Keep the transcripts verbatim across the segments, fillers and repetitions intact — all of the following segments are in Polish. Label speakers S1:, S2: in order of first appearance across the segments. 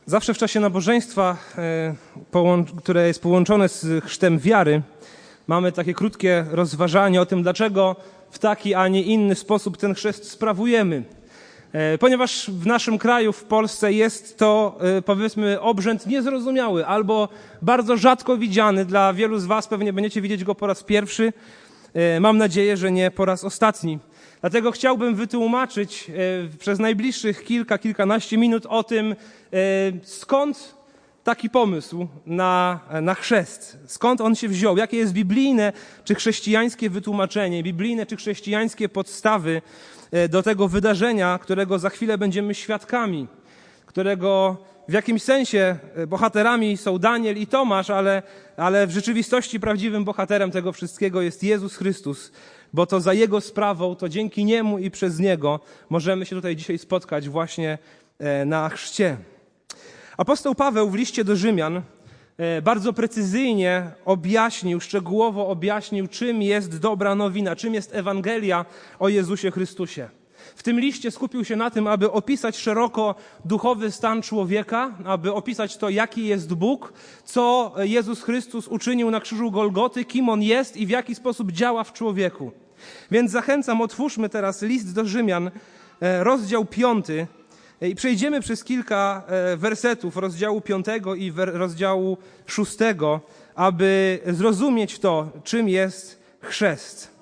S1: Zawsze w czasie nabożeństwa, które jest połączone z chrztem wiary, mamy takie krótkie rozważanie o tym, dlaczego w taki, a nie inny sposób ten chrzest sprawujemy. Ponieważ w naszym kraju, w Polsce jest to, powiedzmy, obrzęd niezrozumiały albo bardzo rzadko widziany. Dla wielu z was pewnie będziecie widzieć go po raz pierwszy. Mam nadzieję, że nie po raz ostatni. Dlatego chciałbym wytłumaczyć przez najbliższych kilka, kilkanaście minut o tym, skąd taki pomysł na, na chrzest, skąd on się wziął, jakie jest biblijne czy chrześcijańskie wytłumaczenie, biblijne czy chrześcijańskie podstawy do tego wydarzenia, którego za chwilę będziemy świadkami, którego w jakimś sensie bohaterami są Daniel i Tomasz, ale, ale w rzeczywistości prawdziwym bohaterem tego wszystkiego jest Jezus Chrystus, bo to za Jego sprawą, to dzięki Niemu i przez Niego możemy się tutaj dzisiaj spotkać właśnie na chrzcie. Apostoł Paweł w liście do Rzymian bardzo precyzyjnie objaśnił, szczegółowo objaśnił, czym jest dobra nowina, czym jest Ewangelia o Jezusie Chrystusie. W tym liście skupił się na tym, aby opisać szeroko duchowy stan człowieka, aby opisać to, jaki jest Bóg, co Jezus Chrystus uczynił na krzyżu Golgoty, kim On jest i w jaki sposób działa w człowieku. Więc zachęcam, otwórzmy teraz list do Rzymian, rozdział piąty i przejdziemy przez kilka wersetów rozdziału piątego i rozdziału szóstego, aby zrozumieć to, czym jest chrzest.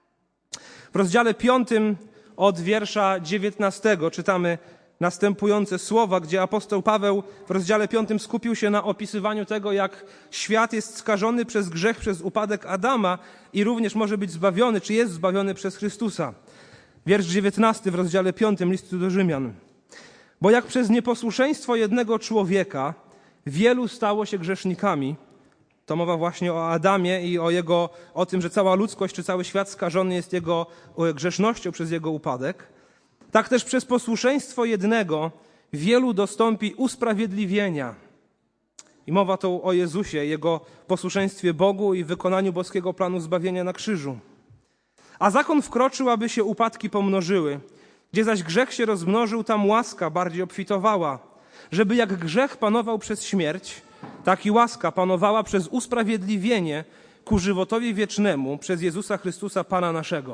S1: W rozdziale piątym od wiersza dziewiętnastego czytamy następujące słowa, gdzie apostoł Paweł w rozdziale piątym skupił się na opisywaniu tego, jak świat jest skażony przez grzech, przez upadek Adama i również może być zbawiony, czy jest zbawiony przez Chrystusa. Wiersz dziewiętnasty w rozdziale piątym listu do Rzymian. Bo jak przez nieposłuszeństwo jednego człowieka wielu stało się grzesznikami, to mowa właśnie o Adamie i o jego, o tym, że cała ludzkość czy cały świat skażony jest jego grzesznością przez jego upadek, tak też przez posłuszeństwo jednego wielu dostąpi usprawiedliwienia. I mowa tu o Jezusie, Jego posłuszeństwie Bogu i wykonaniu boskiego planu zbawienia na krzyżu. A zakon wkroczył, aby się upadki pomnożyły. Gdzie zaś grzech się rozmnożył, tam łaska bardziej obfitowała. Żeby jak grzech panował przez śmierć, tak i łaska panowała przez usprawiedliwienie ku żywotowi wiecznemu przez Jezusa Chrystusa, Pana naszego.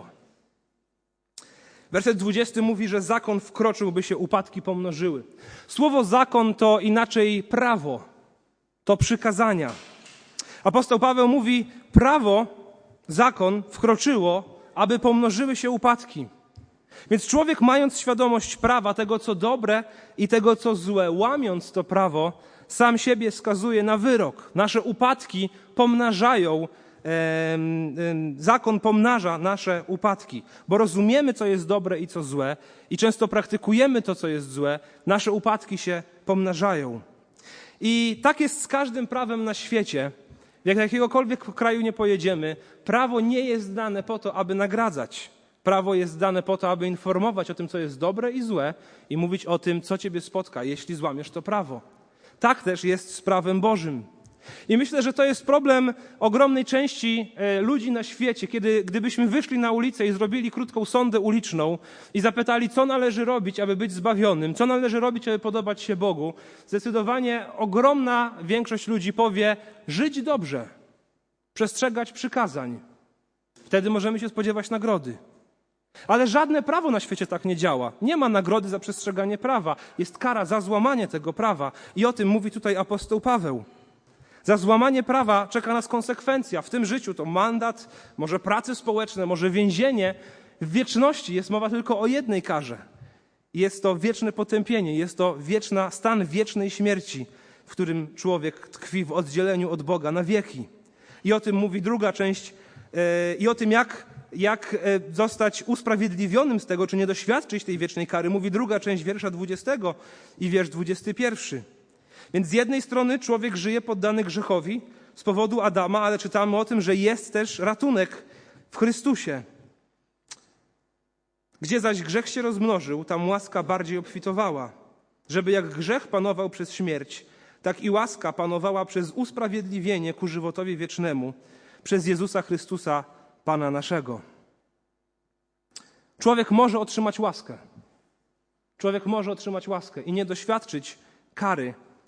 S1: Werset dwudziesty mówi, że zakon wkroczył, by się upadki pomnożyły. Słowo zakon to inaczej prawo, to przykazania. Apostoł Paweł mówi, prawo, zakon wkroczyło, aby pomnożyły się upadki. Więc człowiek, mając świadomość prawa, tego co dobre i tego co złe, łamiąc to prawo, sam siebie skazuje na wyrok. Nasze upadki pomnażają, e, e, zakon pomnaża nasze upadki, bo rozumiemy, co jest dobre i co złe i często praktykujemy to, co jest złe, nasze upadki się pomnażają. I tak jest z każdym prawem na świecie. Jak jakiegokolwiek kraju nie pojedziemy, prawo nie jest dane po to, aby nagradzać. Prawo jest dane po to, aby informować o tym, co jest dobre i złe i mówić o tym, co ciebie spotka, jeśli złamiesz to prawo. Tak też jest z prawem Bożym. I myślę, że to jest problem ogromnej części ludzi na świecie, kiedy gdybyśmy wyszli na ulicę i zrobili krótką sondę uliczną i zapytali, co należy robić, aby być zbawionym, co należy robić, aby podobać się Bogu, zdecydowanie ogromna większość ludzi powie, żyć dobrze, przestrzegać przykazań. Wtedy możemy się spodziewać nagrody. Ale żadne prawo na świecie tak nie działa. Nie ma nagrody za przestrzeganie prawa. Jest kara za złamanie tego prawa. I o tym mówi tutaj apostoł Paweł. Za złamanie prawa czeka nas konsekwencja. W tym życiu to mandat, może prace społeczne, może więzienie. W wieczności jest mowa tylko o jednej karze. Jest to wieczne potępienie. Jest to wieczna, stan wiecznej śmierci, w którym człowiek tkwi w oddzieleniu od Boga na wieki. I o tym mówi druga część. Yy, I o tym, jak jak zostać usprawiedliwionym z tego, czy nie doświadczyć tej wiecznej kary, mówi druga część wiersza dwudziestego i wiersz dwudziesty pierwszy. Więc z jednej strony człowiek żyje poddany grzechowi z powodu Adama, ale czytamy o tym, że jest też ratunek w Chrystusie. Gdzie zaś grzech się rozmnożył, tam łaska bardziej obfitowała. Żeby jak grzech panował przez śmierć, tak i łaska panowała przez usprawiedliwienie ku żywotowi wiecznemu przez Jezusa Chrystusa, Pana naszego. Człowiek może otrzymać łaskę. Człowiek może otrzymać łaskę i nie doświadczyć kary,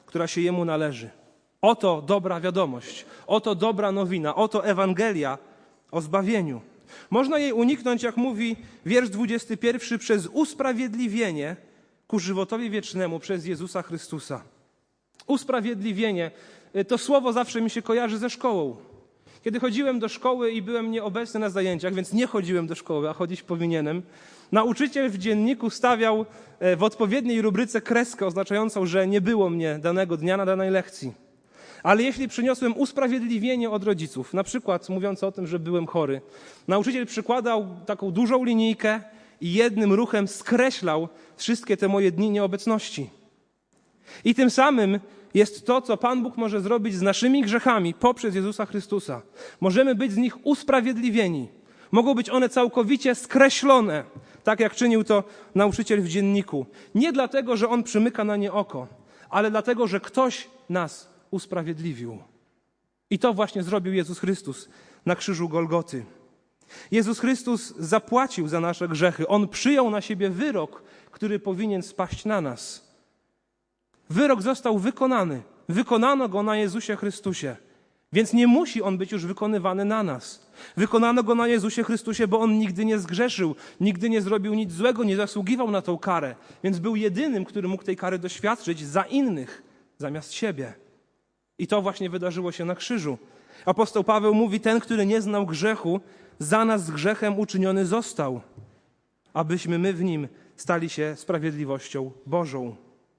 S1: która się Jemu należy. Oto dobra wiadomość, oto dobra nowina, oto Ewangelia o zbawieniu. Można jej uniknąć, jak mówi wiersz dwudziesty pierwszy, przez usprawiedliwienie ku żywotowi wiecznemu przez Jezusa Chrystusa. Usprawiedliwienie, to słowo zawsze mi się kojarzy ze szkołą. Kiedy chodziłem do szkoły i byłem nieobecny na zajęciach, więc nie chodziłem do szkoły, a chodzić powinienem, nauczyciel w dzienniku stawiał w odpowiedniej rubryce kreskę oznaczającą, że nie było mnie danego dnia na danej lekcji. Ale jeśli przyniosłem usprawiedliwienie od rodziców, na przykład mówiąc o tym, że byłem chory, nauczyciel przykładał taką dużą linijkę i jednym ruchem skreślał wszystkie te moje dni nieobecności. I tym samym jest to, co Pan Bóg może zrobić z naszymi grzechami poprzez Jezusa Chrystusa. Możemy być z nich usprawiedliwieni. Mogą być one całkowicie skreślone, tak jak czynił to nauczyciel w dzienniku. Nie dlatego, że on przymyka na nie oko, ale dlatego, że ktoś nas usprawiedliwił. I to właśnie zrobił Jezus Chrystus na krzyżu Golgoty. Jezus Chrystus zapłacił za nasze grzechy. On przyjął na siebie wyrok, który powinien spaść na nas. Wyrok został wykonany. Wykonano go na Jezusie Chrystusie. Więc nie musi on być już wykonywany na nas. Wykonano go na Jezusie Chrystusie, bo on nigdy nie zgrzeszył, nigdy nie zrobił nic złego, nie zasługiwał na tą karę. Więc był jedynym, który mógł tej kary doświadczyć za innych, zamiast siebie. I to właśnie wydarzyło się na krzyżu. Apostoł Paweł mówi, ten, który nie znał grzechu, za nas grzechem uczyniony został, abyśmy my w nim stali się sprawiedliwością Bożą.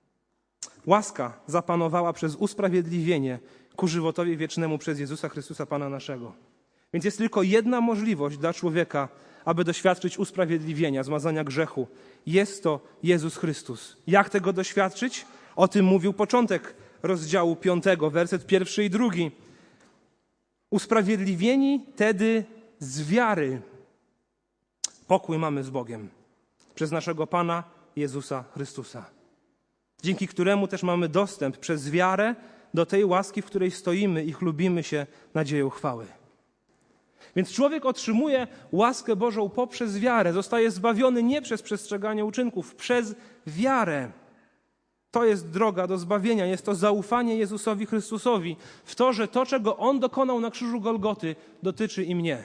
S1: Łaska zapanowała przez usprawiedliwienie ku żywotowi wiecznemu przez Jezusa Chrystusa Pana naszego. Więc jest tylko jedna możliwość dla człowieka, aby doświadczyć usprawiedliwienia, zmazania grzechu. Jest to Jezus Chrystus. Jak tego doświadczyć? O tym mówił początek rozdziału piątego, werset pierwszy i drugi. Usprawiedliwieni tedy z wiary pokój mamy z Bogiem przez naszego Pana Jezusa Chrystusa, dzięki któremu też mamy dostęp przez wiarę do tej łaski, w której stoimy i chlubimy się nadzieją chwały. Więc człowiek otrzymuje łaskę Bożą poprzez wiarę, zostaje zbawiony nie przez przestrzeganie uczynków, przez wiarę. To jest droga do zbawienia, jest to zaufanie Jezusowi Chrystusowi w to, że to, czego On dokonał na krzyżu Golgoty, dotyczy i mnie.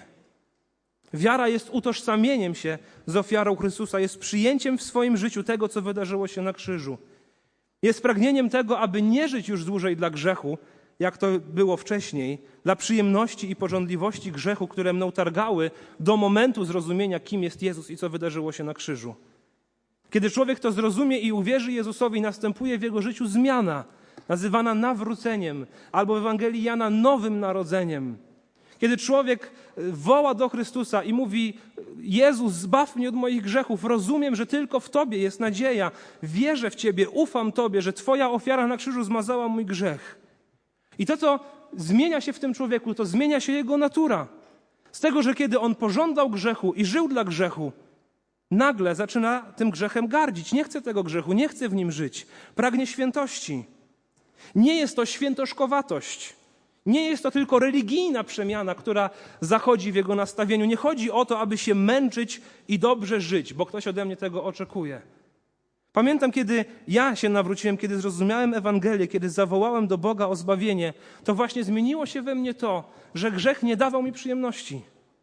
S1: Wiara jest utożsamieniem się z ofiarą Chrystusa, jest przyjęciem w swoim życiu tego, co wydarzyło się na krzyżu. Jest pragnieniem tego, aby nie żyć już dłużej dla grzechu, jak to było wcześniej, dla przyjemności i pożądliwości grzechu, które mną targały do momentu zrozumienia, kim jest Jezus i co wydarzyło się na krzyżu. Kiedy człowiek to zrozumie i uwierzy Jezusowi, następuje w jego życiu zmiana, nazywana nawróceniem, albo w Ewangelii Jana nowym narodzeniem. Kiedy człowiek woła do Chrystusa i mówi: Jezus, zbaw mnie od moich grzechów, rozumiem, że tylko w Tobie jest nadzieja, wierzę w Ciebie, ufam Tobie, że Twoja ofiara na krzyżu zmazała mój grzech. I to, co zmienia się w tym człowieku, to zmienia się jego natura. Z tego, że kiedy on pożądał grzechu i żył dla grzechu, nagle zaczyna tym grzechem gardzić. Nie chce tego grzechu, nie chce w nim żyć. Pragnie świętości. Nie jest to świętoszkowatość. Nie jest to tylko religijna przemiana, która zachodzi w jego nastawieniu. Nie chodzi o to, aby się męczyć i dobrze żyć, bo ktoś ode mnie tego oczekuje. Pamiętam, kiedy ja się nawróciłem, kiedy zrozumiałem Ewangelię, kiedy zawołałem do Boga o zbawienie, to właśnie zmieniło się we mnie to, że grzech nie dawał mi przyjemności.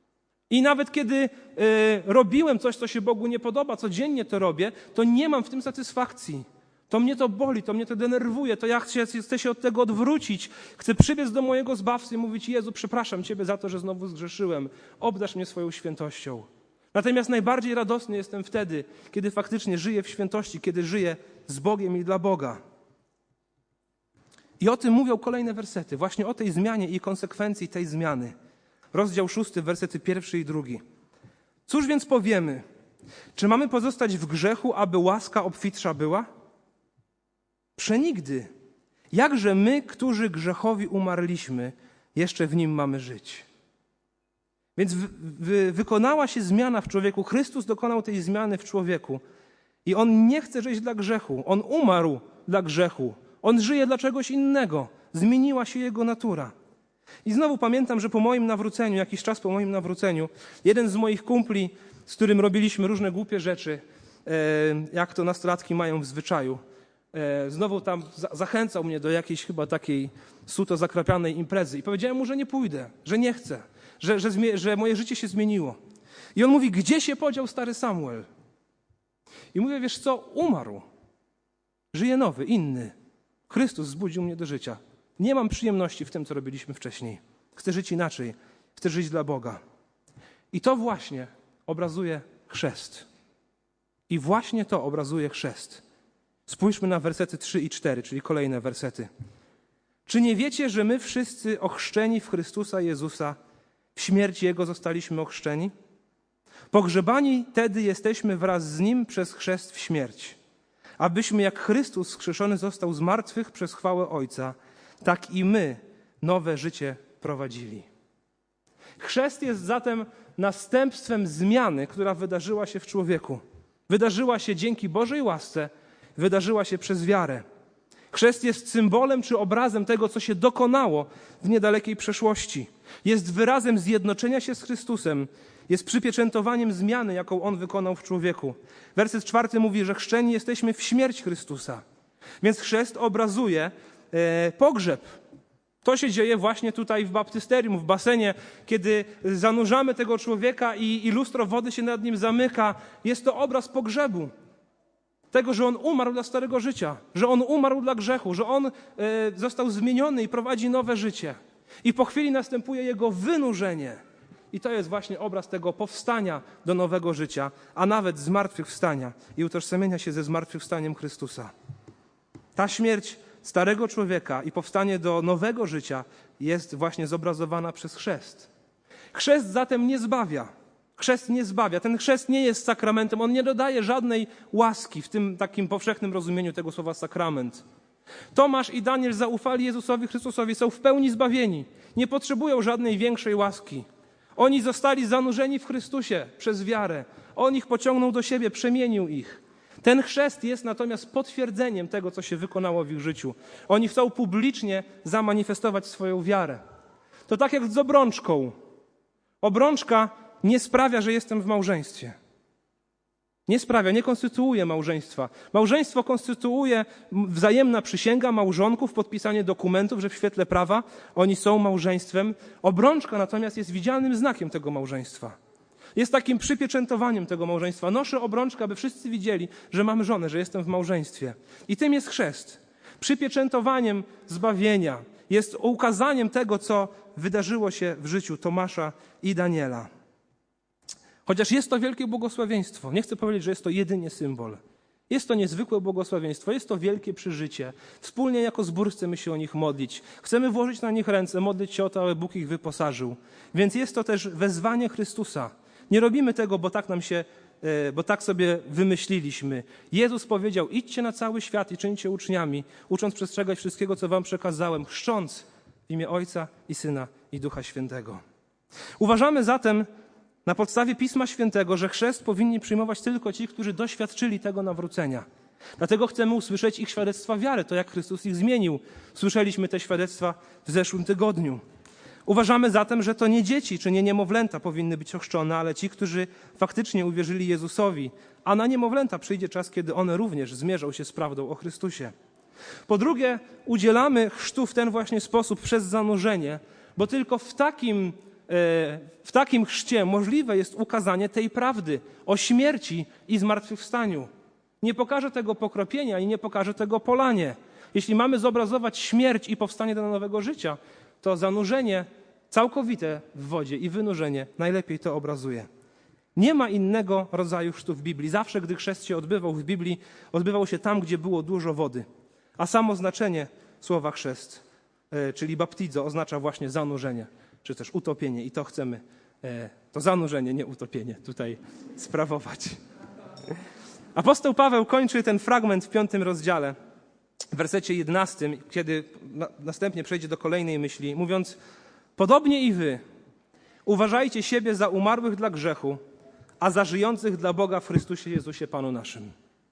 S1: I nawet kiedy y, robiłem coś, co się Bogu nie podoba, codziennie to robię, to nie mam w tym satysfakcji. To mnie to boli, to mnie to denerwuje, to ja chcę, chcę się od tego odwrócić. Chcę przybiec do mojego Zbawcy i mówić: Jezu, przepraszam Ciebie za to, że znowu zgrzeszyłem. Obdarz mnie swoją świętością. Natomiast najbardziej radosny jestem wtedy, kiedy faktycznie żyję w świętości, kiedy żyję z Bogiem i dla Boga. I o tym mówią kolejne wersety, właśnie o tej zmianie i konsekwencji tej zmiany. Rozdział szósty, wersety pierwszy i drugi. Cóż więc powiemy? Czy mamy pozostać w grzechu, aby łaska obfitsza była? Przenigdy. Jakże my, którzy grzechowi umarliśmy, jeszcze w nim mamy żyć? Więc wy, wy, wykonała się zmiana w człowieku. Chrystus dokonał tej zmiany w człowieku. I On nie chce żyć dla grzechu. On umarł dla grzechu. On żyje dla czegoś innego. Zmieniła się Jego natura. I znowu pamiętam, że po moim nawróceniu, jakiś czas po moim nawróceniu, jeden z moich kumpli, z którym robiliśmy różne głupie rzeczy, jak to nastolatki mają w zwyczaju, e, znowu tam za, zachęcał mnie do jakiejś chyba takiej suto zakrapianej imprezy i powiedziałem mu, że nie pójdę, że nie chcę, że, że, zmie- że moje życie się zmieniło. I on mówi, gdzie się podział stary Samuel? I mówię, wiesz co, umarł. Żyje nowy, inny. Chrystus zbudził mnie do życia. Nie mam przyjemności w tym, co robiliśmy wcześniej. Chcę żyć inaczej. Chcę żyć dla Boga. I to właśnie obrazuje chrzest. I właśnie to obrazuje chrzest. Spójrzmy na wersety trzy i cztery, czyli kolejne wersety. Czy nie wiecie, że my wszyscy ochrzczeni w Chrystusa Jezusa w śmierć Jego zostaliśmy ochrzczeni? Pogrzebani tedy jesteśmy wraz z Nim przez chrzest w śmierć, abyśmy jak Chrystus wskrzeszony został z martwych przez chwałę Ojca, tak i my nowe życie prowadzili. Chrzest jest zatem następstwem zmiany, która wydarzyła się w człowieku. Wydarzyła się dzięki Bożej łasce, wydarzyła się przez wiarę. Chrzest jest symbolem czy obrazem tego, co się dokonało w niedalekiej przeszłości. Jest wyrazem zjednoczenia się z Chrystusem, jest przypieczętowaniem zmiany, jaką On wykonał w człowieku. Werset czwarty mówi, że chrzczeni jesteśmy w śmierć Chrystusa. Więc chrzest obrazuje e, pogrzeb. To się dzieje właśnie tutaj w baptysterium, w basenie, kiedy zanurzamy tego człowieka i, i lustro wody się nad nim zamyka. Jest to obraz pogrzebu. Tego, że on umarł dla starego życia, że on umarł dla grzechu, że on e, został zmieniony i prowadzi nowe życie. I po chwili następuje jego wynurzenie. I to jest właśnie obraz tego powstania do nowego życia, a nawet zmartwychwstania i utożsamienia się ze zmartwychwstaniem Chrystusa. Ta śmierć starego człowieka i powstanie do nowego życia jest właśnie zobrazowana przez chrzest. Chrzest zatem nie zbawia. Chrzest nie zbawia. Ten chrzest nie jest sakramentem. On nie dodaje żadnej łaski w tym takim powszechnym rozumieniu tego słowa sakrament. Tomasz i Daniel zaufali Jezusowi Chrystusowi, są w pełni zbawieni. Nie potrzebują żadnej większej łaski. Oni zostali zanurzeni w Chrystusie przez wiarę. On ich pociągnął do siebie, przemienił ich. Ten chrzest jest natomiast potwierdzeniem tego, co się wykonało w ich życiu. Oni chcą publicznie zamanifestować swoją wiarę. To tak jak z obrączką. Obrączka nie sprawia, że jestem w małżeństwie. Nie sprawia, nie konstytuuje małżeństwa. Małżeństwo konstytuuje wzajemna przysięga małżonków, podpisanie dokumentów, że w świetle prawa oni są małżeństwem. Obrączka natomiast jest widzialnym znakiem tego małżeństwa. Jest takim przypieczętowaniem tego małżeństwa. Noszę obrączkę, aby wszyscy widzieli, że mam żonę, że jestem w małżeństwie. I tym jest chrzest. Przypieczętowaniem zbawienia. Jest ukazaniem tego, co wydarzyło się w życiu Tomasza i Daniela. Chociaż jest to wielkie błogosławieństwo. Nie chcę powiedzieć, że jest to jedynie symbol. Jest to niezwykłe błogosławieństwo, jest to wielkie przeżycie. Wspólnie jako zbór chcemy się o nich modlić. Chcemy włożyć na nich ręce, modlić się o to, aby Bóg ich wyposażył. Więc jest to też wezwanie Chrystusa. Nie robimy tego, bo tak nam się, bo tak sobie wymyśliliśmy. Jezus powiedział, idźcie na cały świat i czyńcie uczniami, ucząc przestrzegać wszystkiego, co wam przekazałem, chrzcząc w imię Ojca i Syna i Ducha Świętego. Uważamy zatem na podstawie Pisma Świętego, że chrzest powinni przyjmować tylko ci, którzy doświadczyli tego nawrócenia. Dlatego chcemy usłyszeć ich świadectwa wiary, to jak Chrystus ich zmienił. Słyszeliśmy te świadectwa w zeszłym tygodniu. Uważamy zatem, że to nie dzieci czy nie niemowlęta powinny być ochrzczone, ale ci, którzy faktycznie uwierzyli Jezusowi, a na niemowlęta przyjdzie czas, kiedy one również zmierzą się z prawdą o Chrystusie. Po drugie, udzielamy chrztu w ten właśnie sposób przez zanurzenie, bo tylko w takim W takim chrzcie możliwe jest ukazanie tej prawdy o śmierci i zmartwychwstaniu. Nie pokaże tego pokropienia i nie pokaże tego polanie. Jeśli mamy zobrazować śmierć i powstanie do nowego życia, to zanurzenie całkowite w wodzie i wynurzenie najlepiej to obrazuje. Nie ma innego rodzaju chrztu w Biblii. Zawsze, gdy chrzest się odbywał w Biblii, odbywał się tam, gdzie było dużo wody. A samo znaczenie słowa chrzest, czyli baptizo, oznacza właśnie zanurzenie, czy też utopienie. I to chcemy, to zanurzenie, nie utopienie, tutaj sprawować. Apostoł Paweł kończy ten fragment w piątym rozdziale, w wersecie jedenastym, kiedy następnie przejdzie do kolejnej myśli, mówiąc: podobnie i wy uważajcie siebie za umarłych dla grzechu, a za żyjących dla Boga w Chrystusie Jezusie Panu naszym.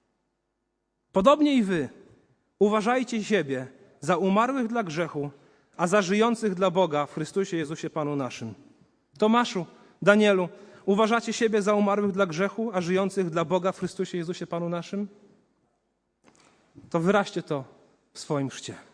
S1: Podobnie i wy uważajcie siebie za umarłych dla grzechu, a za żyjących dla Boga w Chrystusie Jezusie Panu naszym. Tomaszu, Danielu, uważacie siebie za umarłych dla grzechu, a żyjących dla Boga w Chrystusie Jezusie Panu naszym? to wyraźcie to w swoim chrzcie.